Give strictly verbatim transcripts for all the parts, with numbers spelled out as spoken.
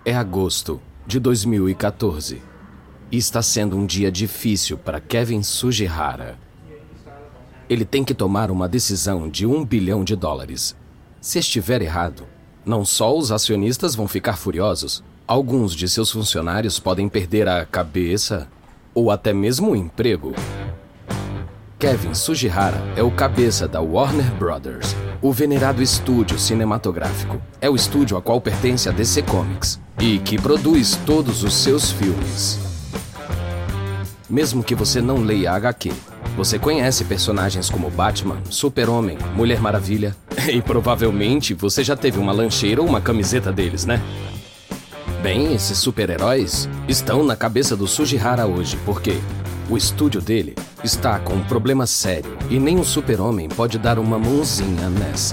É agosto de dois mil e quatorze e está sendo um dia difícil para Kevin Tsujihara. Ele tem que tomar uma decisão de um bilhão de dólares. Se estiver errado, não só os acionistas vão ficar furiosos, alguns de seus funcionários podem perder a cabeça ou até mesmo o emprego. Kevin Tsujihara é o cabeça da Warner Brothers, o venerado estúdio cinematográfico. É o estúdio a qual pertence a D C Comics e que produz todos os seus filmes. Mesmo que você não leia H Q, você conhece personagens como Batman, Super-Homem, Mulher Maravilha e provavelmente você já teve uma lancheira ou uma camiseta deles, né? Bem, esses super-heróis estão na cabeça do Tsujihara hoje, porque o estúdio dele está com um problema sério e nem o Super-Homem pode dar uma mãozinha nessa.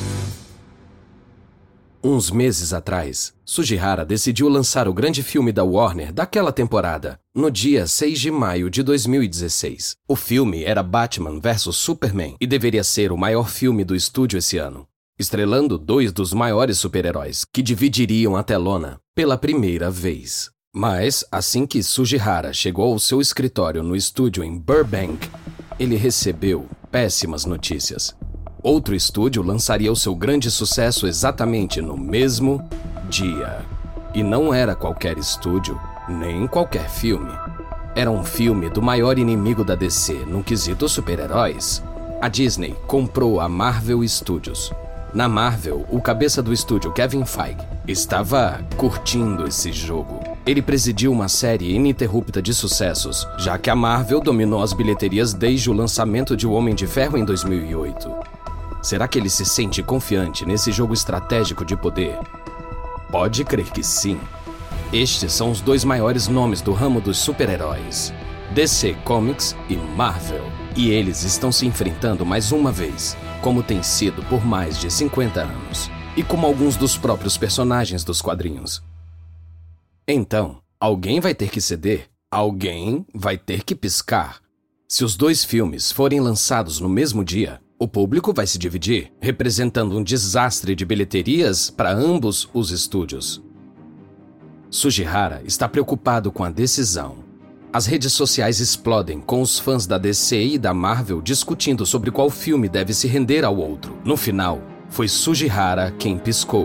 Uns meses atrás, Tsujihara decidiu lançar o grande filme da Warner daquela temporada, no dia seis de maio de dois mil e dezesseis. O filme era Batman versus Superman e deveria ser o maior filme do estúdio esse ano, estrelando dois dos maiores super-heróis que dividiriam a telona pela primeira vez. Mas, assim que Tsujihara chegou ao seu escritório no estúdio em Burbank, ele recebeu péssimas notícias. Outro estúdio lançaria o seu grande sucesso exatamente no mesmo dia. E não era qualquer estúdio, nem qualquer filme. Era um filme do maior inimigo da D C no quesito super-heróis. A Disney comprou a Marvel Studios. Na Marvel, o cabeça do estúdio, Kevin Feige, estava curtindo esse jogo. Ele presidiu uma série ininterrupta de sucessos, já que a Marvel dominou as bilheterias desde o lançamento de O Homem de Ferro em dois mil e oito. Será que ele se sente confiante nesse jogo estratégico de poder? Pode crer que sim. Estes são os dois maiores nomes do ramo dos super-heróis, D C Comics e Marvel. E eles estão se enfrentando mais uma vez, como tem sido por mais de cinquenta anos, e como alguns dos próprios personagens dos quadrinhos. Então, alguém vai ter que ceder, alguém vai ter que piscar. Se os dois filmes forem lançados no mesmo dia, o público vai se dividir, representando um desastre de bilheterias para ambos os estúdios. Tsujihara está preocupado com a decisão. As redes sociais explodem com os fãs da D C e da Marvel discutindo sobre qual filme deve se render ao outro. No final, foi Tsujihara quem piscou.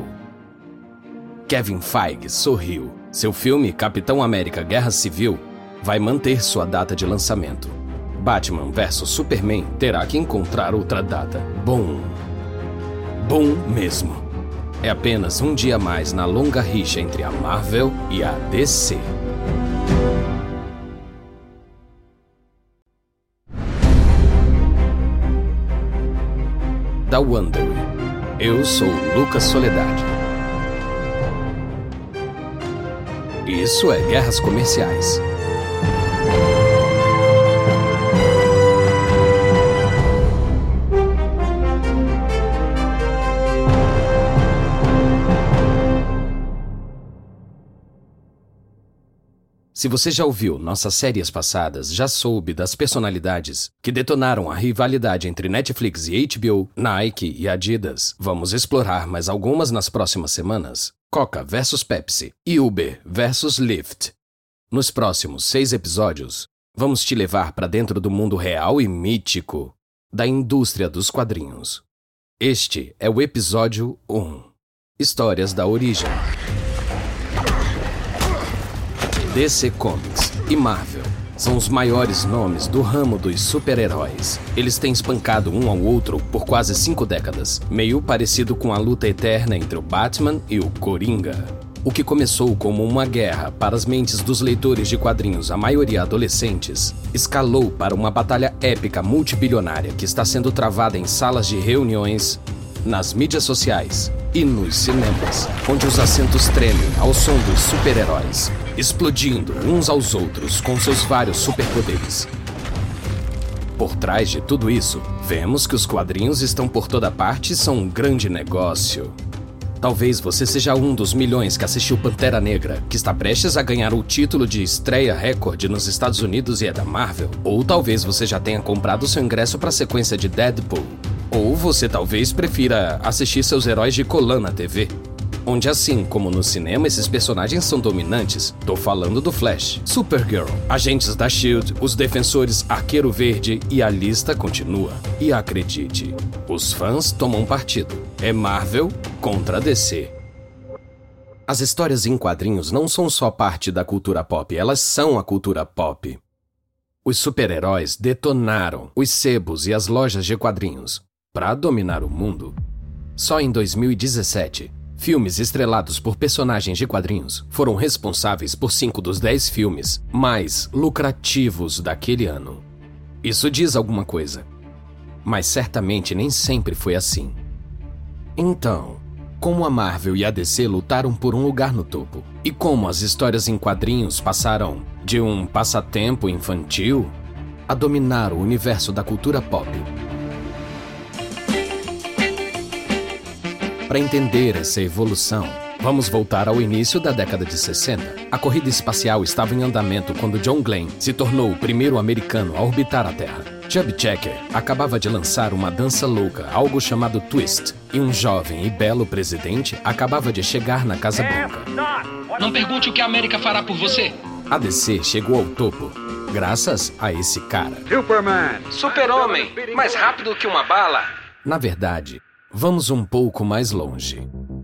Kevin Feige sorriu. Seu filme Capitão América Guerra Civil vai manter sua data de lançamento. Batman versus Superman terá que encontrar outra data. Bom. Bom mesmo. É apenas um dia a mais na longa rixa entre a Marvel e a D C. Da Wondery. Eu sou Lucas Soledade. Isso é Guerras Comerciais. Se você já ouviu nossas séries passadas, já soube das personalidades que detonaram a rivalidade entre Netflix e H B O, Nike e Adidas. Vamos explorar mais algumas nas próximas semanas. Coca versus Pepsi e Uber versus Lyft. Nos próximos seis episódios, vamos te levar para dentro do mundo real e mítico da indústria dos quadrinhos. Este é o episódio um. Histórias da origem. D C Comics e Marvel são os maiores nomes do ramo dos super-heróis. Eles têm espancado um ao outro por quase cinco décadas, meio parecido com a luta eterna entre o Batman e o Coringa. O que começou como uma guerra para as mentes dos leitores de quadrinhos, a maioria adolescentes, escalou para uma batalha épica multibilionária que está sendo travada em salas de reuniões, nas mídias sociais e nos cinemas, onde os assentos tremem ao som dos super-heróis, explodindo uns aos outros com seus vários superpoderes. Por trás de tudo isso, vemos que os quadrinhos estão por toda parte e são um grande negócio. Talvez você seja um dos milhões que assistiu Pantera Negra, que está prestes a ganhar o título de estreia recorde nos Estados Unidos e é da Marvel. Ou talvez você já tenha comprado seu ingresso para a sequência de Deadpool. Ou você talvez prefira assistir seus heróis de Colan na T V. onde assim como no cinema esses personagens são dominantes. Tô falando do Flash, Supergirl, Agentes da Shield, Os Defensores, Arqueiro Verde e a lista continua. E acredite, os fãs tomam partido. É Marvel contra a D C. As histórias em quadrinhos não são só parte da cultura pop, elas são a cultura pop. Os super-heróis detonaram os sebos e as lojas de quadrinhos para dominar o mundo. Só em dois mil e dezessete, filmes estrelados por personagens de quadrinhos foram responsáveis por cinco dos dez filmes mais lucrativos daquele ano. Isso diz alguma coisa, mas certamente nem sempre foi assim. Então, como a Marvel e a D C lutaram por um lugar no topo, e como as histórias em quadrinhos passaram de um passatempo infantil a dominar o universo da cultura pop. Para entender essa evolução, vamos voltar ao início da década de sessenta. A corrida espacial estava em andamento quando John Glenn se tornou o primeiro americano a orbitar a Terra. Chubby Checker acabava de lançar uma dança louca, algo chamado Twist, e um jovem e belo presidente acabava de chegar na Casa Branca. Não pergunte o que a América fará por você. A D C chegou ao topo, graças a esse cara. Superman! Super-Homem, mais rápido que uma bala. Na verdade, vamos um pouco mais longe.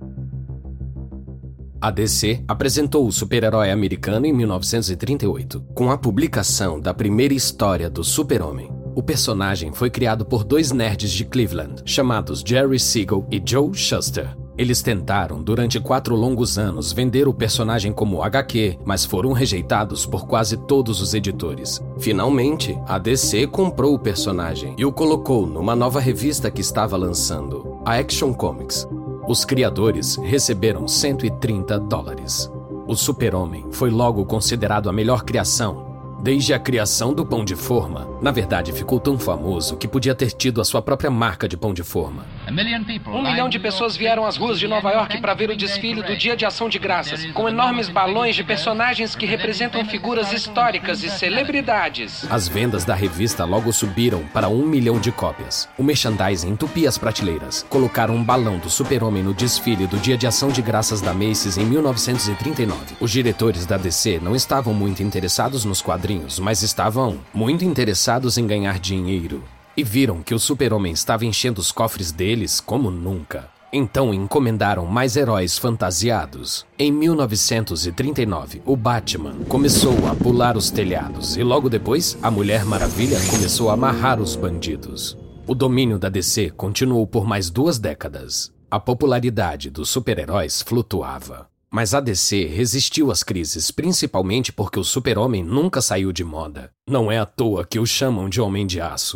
A D C apresentou o super-herói americano em mil novecentos e trinta e oito, com a publicação da primeira história do Super-Homem. O personagem foi criado por dois nerds de Cleveland, chamados Jerry Siegel e Joe Shuster. Eles tentaram, durante quatro longos anos, vender o personagem como H Q, mas foram rejeitados por quase todos os editores. Finalmente, a D C comprou o personagem e o colocou numa nova revista que estava lançando, a Action Comics. Os criadores receberam cento e trinta dólares. O Super-Homem foi logo considerado a melhor criação desde a criação do pão de forma. Na verdade, ficou tão famoso que podia ter tido a sua própria marca de pão de forma. Um milhão de pessoas vieram às ruas de Nova York para ver o desfile do Dia de Ação de Graças, com enormes balões de personagens que representam figuras históricas e celebridades. As vendas da revista logo subiram para um milhão de cópias. O merchandising entupia as prateleiras. Colocaram um balão do Super-Homem no desfile do Dia de Ação de Graças da Macy's em mil novecentos e trinta e nove. Os diretores da D C não estavam muito interessados nos quadrinhos, mas estavam muito interessados em ganhar dinheiro. E viram que o Super-Homem estava enchendo os cofres deles como nunca. Então encomendaram mais heróis fantasiados. Em mil novecentos e trinta e nove, o Batman começou a pular os telhados e logo depois, a Mulher Maravilha começou a amarrar os bandidos. O domínio da D C continuou por mais duas décadas. A popularidade dos super-heróis flutuava. Mas a D C resistiu às crises, principalmente porque o Super-Homem nunca saiu de moda. Não é à toa que o chamam de Homem de Aço.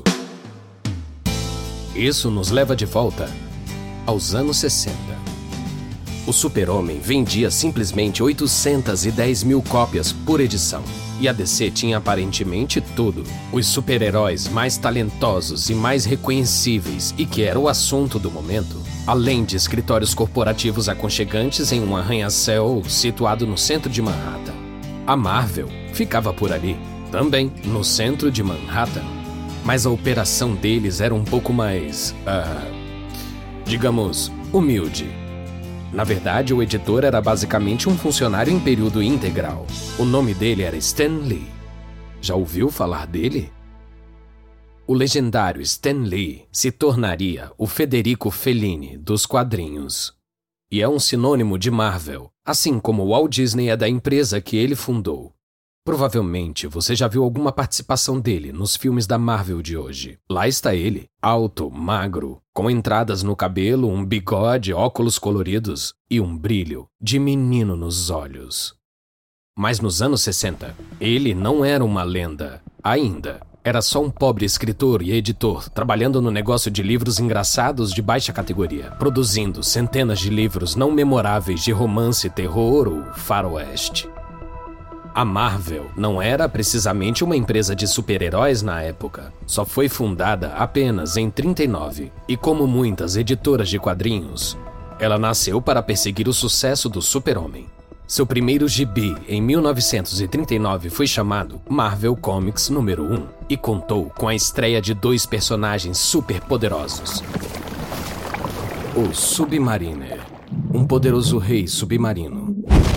Isso nos leva de volta aos anos sessenta. O Super-Homem vendia simplesmente oitocentas e dez mil cópias por edição. E a D C tinha aparentemente tudo. Os super-heróis mais talentosos e mais reconhecíveis e que era o assunto do momento. Além de escritórios corporativos aconchegantes em um arranha-céu situado no centro de Manhattan. A Marvel ficava por ali, também no centro de Manhattan. Mas a operação deles era um pouco mais, uh, digamos, humilde. Na verdade, o editor era basicamente um funcionário em período integral. O nome dele era Stan Lee. Já ouviu falar dele? O legendário Stan Lee se tornaria o Federico Fellini dos quadrinhos. E é um sinônimo de Marvel, assim como o Walt Disney é da empresa que ele fundou. Provavelmente você já viu alguma participação dele nos filmes da Marvel de hoje. Lá está ele, alto, magro, com entradas no cabelo, um bigode, óculos coloridos e um brilho de menino nos olhos. Mas nos anos sessenta, ele não era uma lenda, ainda. Era só um pobre escritor e editor, trabalhando no negócio de livros engraçados de baixa categoria, produzindo centenas de livros não memoráveis de romance, terror ou faroeste. A Marvel não era precisamente uma empresa de super-heróis na época. Só foi fundada apenas em trinta e nove. E como muitas editoras de quadrinhos, ela nasceu para perseguir o sucesso do Super-Homem. Seu primeiro gibi, em mil novecentos e trinta e nove, foi chamado Marvel Comics número um e contou com a estreia de dois personagens super poderosos. O Submariner, um poderoso rei submarino.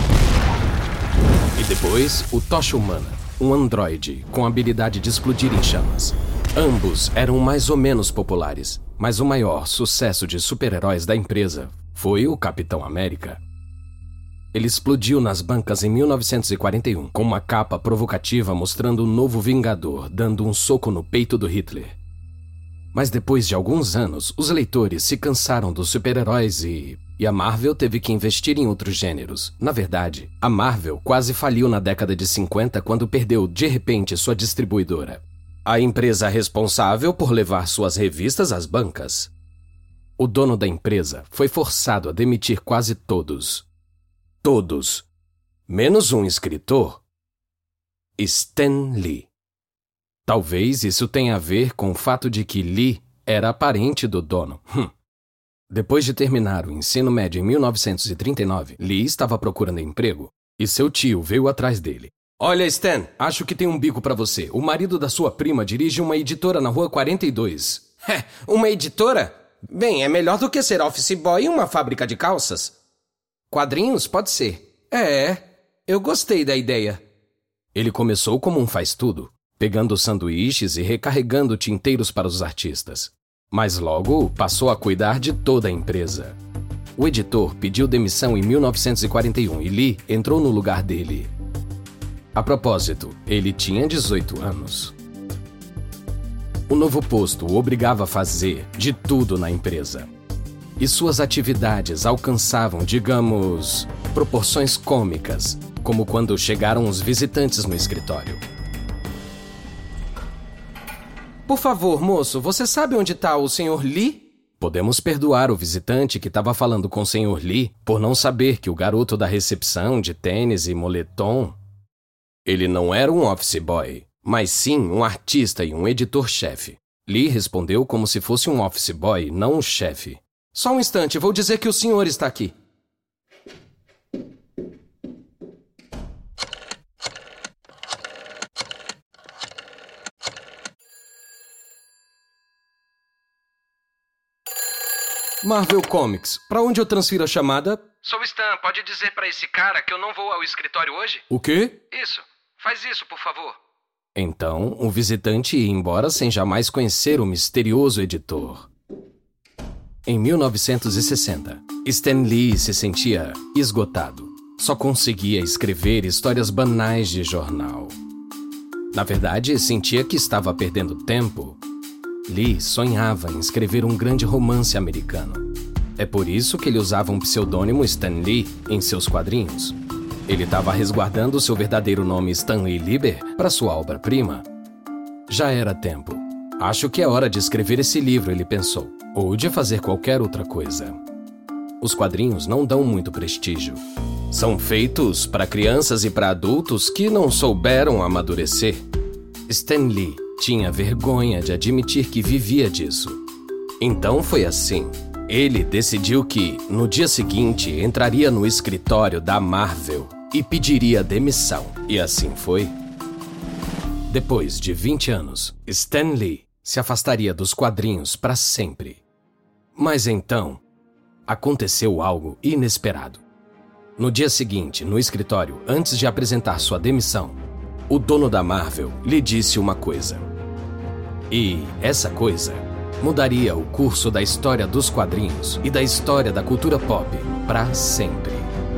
E depois, o Tocha Humana, um androide com a habilidade de explodir em chamas. Ambos eram mais ou menos populares, mas o maior sucesso de super-heróis da empresa foi o Capitão América. Ele explodiu nas bancas em mil novecentos e quarenta e um, com uma capa provocativa mostrando o novo Vingador dando um soco no peito do Hitler. Mas depois de alguns anos, os leitores se cansaram dos super-heróis e... E a Marvel teve que investir em outros gêneros. Na verdade, a Marvel quase faliu na década de cinquenta quando perdeu, de repente, sua distribuidora. A empresa responsável por levar suas revistas às bancas. O dono da empresa foi forçado a demitir quase todos. Todos. Menos um escritor. Stan Lee. Talvez isso tenha a ver com o fato de que Lee era parente do dono. Hum. Depois de terminar o ensino médio em mil novecentos e trinta e nove, Lee estava procurando emprego e seu tio veio atrás dele. Olha, Stan, acho que tem um bico pra você. O marido da sua prima dirige uma editora na rua quarenta e dois. É, uma editora? Bem, é melhor do que ser office boy em uma fábrica de calças. Quadrinhos? Pode ser. É, eu gostei da ideia. Ele começou como um faz-tudo, pegando sanduíches e recarregando tinteiros para os artistas. Mas logo passou a cuidar de toda a empresa. O editor pediu demissão em mil novecentos e quarenta e um e Lee entrou no lugar dele. A propósito, ele tinha dezoito anos. O novo posto o obrigava a fazer de tudo na empresa. E suas atividades alcançavam, digamos, proporções cômicas, como quando chegaram os visitantes no escritório. Por favor, moço, você sabe onde está o senhor Lee? Podemos perdoar o visitante que estava falando com o senhor Lee por não saber que o garoto da recepção de tênis e moletom... Ele não era um office boy, mas sim um artista e um editor-chefe. Lee respondeu como se fosse um office boy, não um chefe. Só um instante, vou dizer que o senhor está aqui. Marvel Comics, pra onde eu transfiro a chamada? Sou Stan, pode dizer pra esse cara que eu não vou ao escritório hoje? O quê? Isso, faz isso, por favor. Então, o visitante ia embora sem jamais conhecer o misterioso editor. Em mil novecentos e sessenta, Stan Lee se sentia esgotado. Só conseguia escrever histórias banais de jornal. Na verdade, sentia que estava perdendo tempo. Lee sonhava em escrever um grande romance americano. É por isso que ele usava um pseudônimo Stan Lee em seus quadrinhos. Ele estava resguardando seu verdadeiro nome Stanley Lieber para sua obra-prima. Já era tempo. Acho que é hora de escrever esse livro, ele pensou, ou de fazer qualquer outra coisa. Os quadrinhos não dão muito prestígio. São feitos para crianças e para adultos que não souberam amadurecer. Stan Lee tinha vergonha de admitir que vivia disso. Então foi assim. Ele decidiu que, no dia seguinte, entraria no escritório da Marvel e pediria demissão. E assim foi. Depois de vinte anos, Stan Lee se afastaria dos quadrinhos para sempre. Mas então, aconteceu algo inesperado. No dia seguinte, no escritório, antes de apresentar sua demissão, o dono da Marvel lhe disse uma coisa. E essa coisa mudaria o curso da história dos quadrinhos e da história da cultura pop para sempre.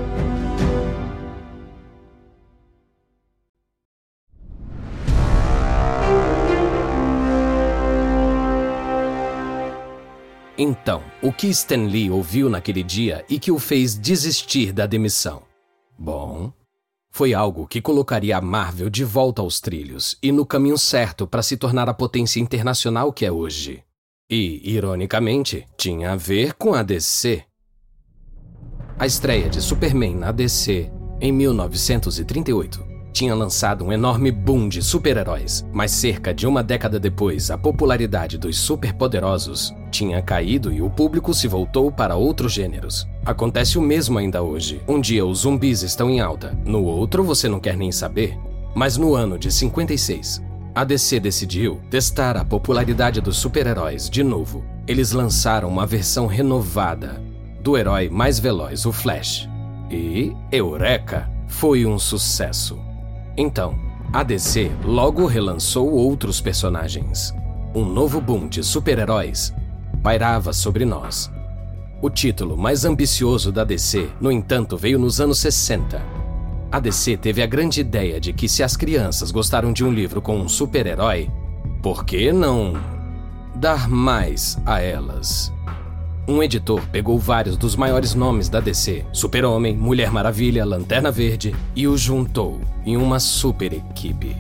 Então, o que Stan Lee ouviu naquele dia e que o fez desistir da demissão? Bom, foi algo que colocaria a Marvel de volta aos trilhos e no caminho certo para se tornar a potência internacional que é hoje. E, ironicamente, tinha a ver com a D C. A estreia de Superman na D C, em mil novecentos e trinta e oito, tinha lançado um enorme boom de super-heróis, mas cerca de uma década depois, a popularidade dos superpoderosos tinha caído e o público se voltou para outros gêneros. Acontece o mesmo ainda hoje. Um dia os zumbis estão em alta, no outro você não quer nem saber. Mas no ano de cinquenta e seis, a D C decidiu testar a popularidade dos super-heróis de novo. Eles lançaram uma versão renovada do herói mais veloz, o Flash. E, eureka, foi um sucesso. Então, a D C logo relançou outros personagens. Um novo boom de super-heróis pairava sobre nós. O título mais ambicioso da D C, no entanto, veio nos anos sessenta. A D C teve a grande ideia de que se as crianças gostaram de um livro com um super-herói, por que não dar mais a elas? Um editor pegou vários dos maiores nomes da D C, Super-Homem, Mulher Maravilha, Lanterna Verde, e os juntou em uma super equipe.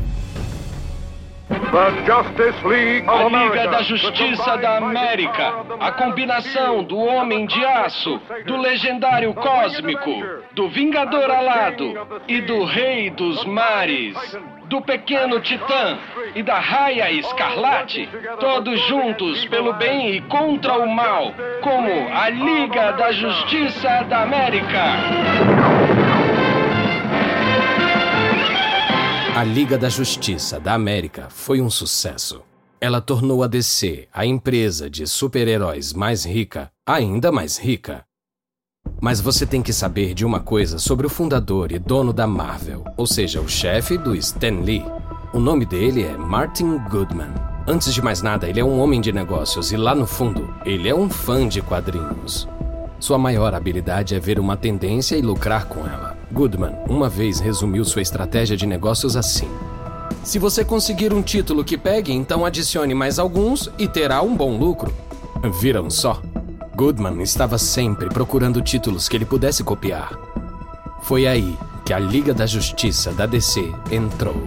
A Liga da Justiça da América, a combinação do Homem de Aço, do Legendário Cósmico, do Vingador Alado e do Rei dos Mares, do Pequeno Titã e da Raia Escarlate, todos juntos pelo bem e contra o mal, como a Liga da Justiça da América. A Liga da Justiça da América foi um sucesso. Ela tornou a D C, a empresa de super-heróis mais rica, ainda mais rica. Mas você tem que saber de uma coisa sobre o fundador e dono da Marvel, ou seja, o chefe do Stan Lee. O nome dele é Martin Goodman. Antes de mais nada, ele é um homem de negócios e lá no fundo, ele é um fã de quadrinhos. Sua maior habilidade é ver uma tendência e lucrar com ela. Goodman uma vez resumiu sua estratégia de negócios assim: se você conseguir um título que pegue, então adicione mais alguns e terá um bom lucro. Viram só? Goodman estava sempre procurando títulos que ele pudesse copiar. Foi aí que a Liga da Justiça da D C entrou.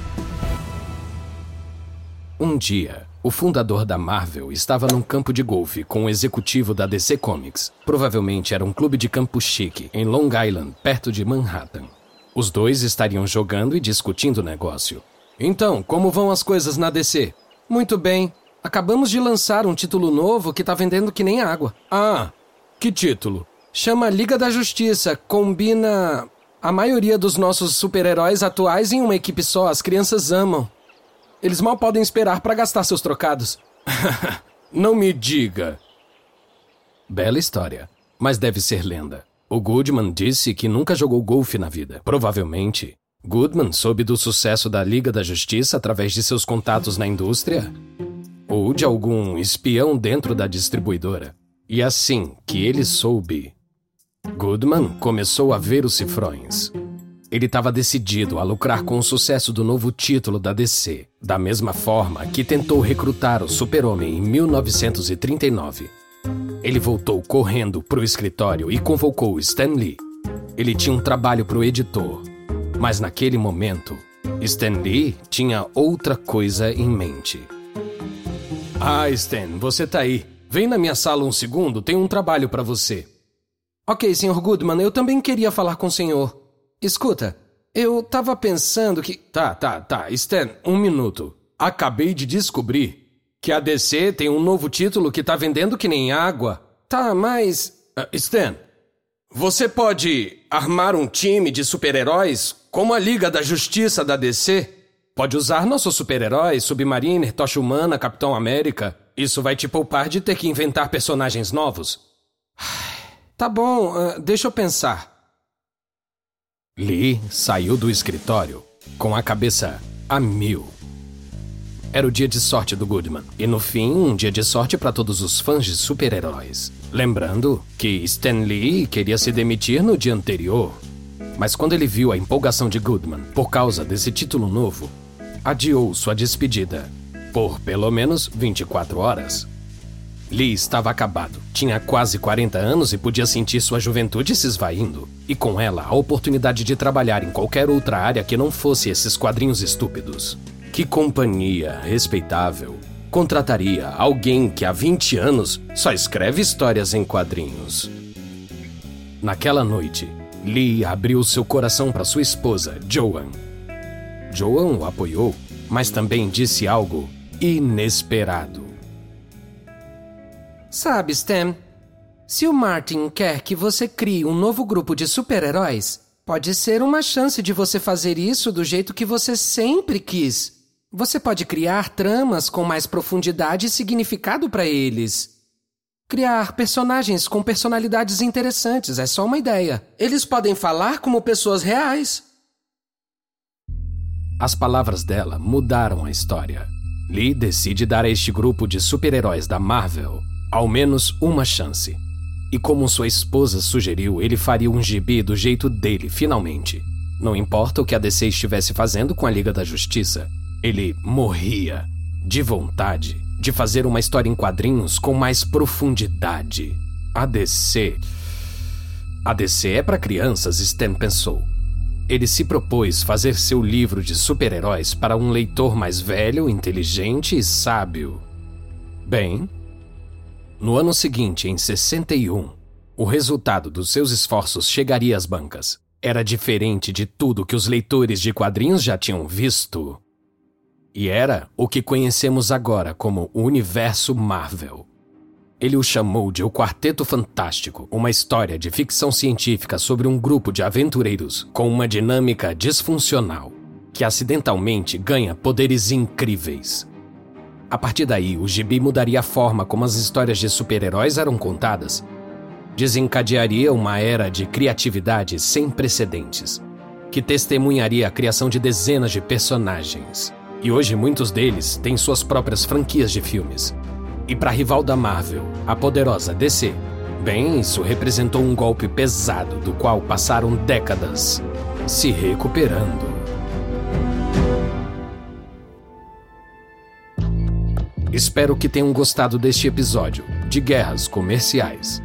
Um dia, o fundador da Marvel estava num campo de golfe com um executivo da D C Comics. Provavelmente era um clube de campo chique, em Long Island, perto de Manhattan. Os dois estariam jogando e discutindo o negócio. Então, como vão as coisas na D C? Muito bem. Acabamos de lançar um título novo que tá vendendo que nem água. Ah, que título? Chama Liga da Justiça. Combina a maioria dos nossos super-heróis atuais em uma equipe só. As crianças amam. Eles mal podem esperar para gastar seus trocados. Não me diga. Bela história, mas deve ser lenda. O Goodman disse que nunca jogou golfe na vida. Provavelmente, Goodman soube do sucesso da Liga da Justiça através de seus contatos na indústria ou de algum espião dentro da distribuidora. E assim que ele soube, Goodman começou a ver os cifrões. Ele estava decidido a lucrar com o sucesso do novo título da D C, da mesma forma que tentou recrutar o Super-Homem em mil novecentos e trinta e nove. Ele voltou correndo para o escritório e convocou Stan Lee. Ele tinha um trabalho para o editor, mas naquele momento, Stan Lee tinha outra coisa em mente. Ah, Stan, você tá aí. Vem na minha sala um segundo, tenho um trabalho para você. Ok, senhor Goodman, eu também queria falar com o senhor. Escuta, eu tava pensando que... Tá, tá, tá. Stan, um minuto. Acabei de descobrir que a D C tem um novo título que tá vendendo que nem água. Tá, mas... Uh, Stan, você pode armar um time de super-heróis como a Liga da Justiça da D C? Pode usar nossos super-heróis, Submariner, Tocha Humana, Capitão América. Isso vai te poupar de ter que inventar personagens novos. Tá bom, uh, deixa eu pensar. Lee saiu do escritório com a cabeça a mil. Era o dia de sorte do Goodman. E no fim, um dia de sorte para todos os fãs de super-heróis. Lembrando que Stan Lee queria se demitir no dia anterior. Mas quando ele viu a empolgação de Goodman por causa desse título novo, adiou sua despedida por pelo menos vinte e quatro horas. Lee estava acabado, tinha quase quarenta anos e podia sentir sua juventude se esvaindo. E com ela, a oportunidade de trabalhar em qualquer outra área que não fosse esses quadrinhos estúpidos. Que companhia respeitável contrataria alguém que há vinte anos só escreve histórias em quadrinhos? Naquela noite, Lee abriu seu coração para sua esposa, Joan. Joan o apoiou, mas também disse algo inesperado. Sabe, Stan, se o Martin quer que você crie um novo grupo de super-heróis, pode ser uma chance de você fazer isso do jeito que você sempre quis. Você pode criar tramas com mais profundidade e significado para eles. Criar personagens com personalidades interessantes é só uma ideia. Eles podem falar como pessoas reais. As palavras dela mudaram a história. Lee decide dar a este grupo de super-heróis da Marvel ao menos uma chance. E como sua esposa sugeriu, ele faria um gibi do jeito dele, finalmente. Não importa o que a D C estivesse fazendo com a Liga da Justiça, ele morria de vontade de fazer uma história em quadrinhos com mais profundidade. A D C... A D C é para crianças, Stan pensou. Ele se propôs fazer seu livro de super-heróis para um leitor mais velho, inteligente e sábio. Bem, no ano seguinte, em sessenta e um, o resultado dos seus esforços chegaria às bancas. Era diferente de tudo que os leitores de quadrinhos já tinham visto. E era o que conhecemos agora como o Universo Marvel. Ele o chamou de O Quarteto Fantástico, uma história de ficção científica sobre um grupo de aventureiros com uma dinâmica disfuncional, que acidentalmente ganha poderes incríveis. A partir daí, o gibi mudaria a forma como as histórias de super-heróis eram contadas. Desencadearia uma era de criatividade sem precedentes, que testemunharia a criação de dezenas de personagens. E hoje muitos deles têm suas próprias franquias de filmes. E para a rival da Marvel, a poderosa D C, bem, isso representou um golpe pesado do qual passaram décadas se recuperando. Espero que tenham gostado deste episódio de Guerras Comerciais.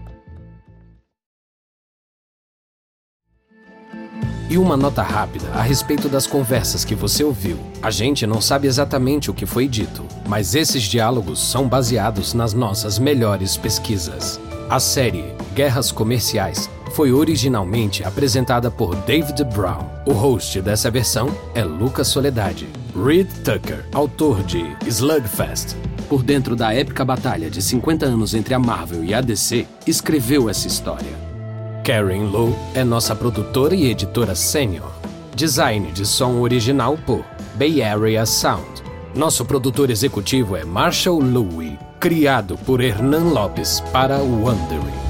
E uma nota rápida a respeito das conversas que você ouviu. A gente não sabe exatamente o que foi dito, mas esses diálogos são baseados nas nossas melhores pesquisas. A série Guerras Comerciais foi originalmente apresentada por David Brown. O host dessa versão é Lucas Soledade. Reed Tucker, autor de Slugfest, por dentro da épica batalha de cinquenta anos entre a Marvel e a D C, escreveu essa história. Karen Lowe é nossa produtora e editora sênior. Design de som original por Bay Area Sound. Nosso produtor executivo é Marshall Louie, criado por Hernan Lopes para Wondering.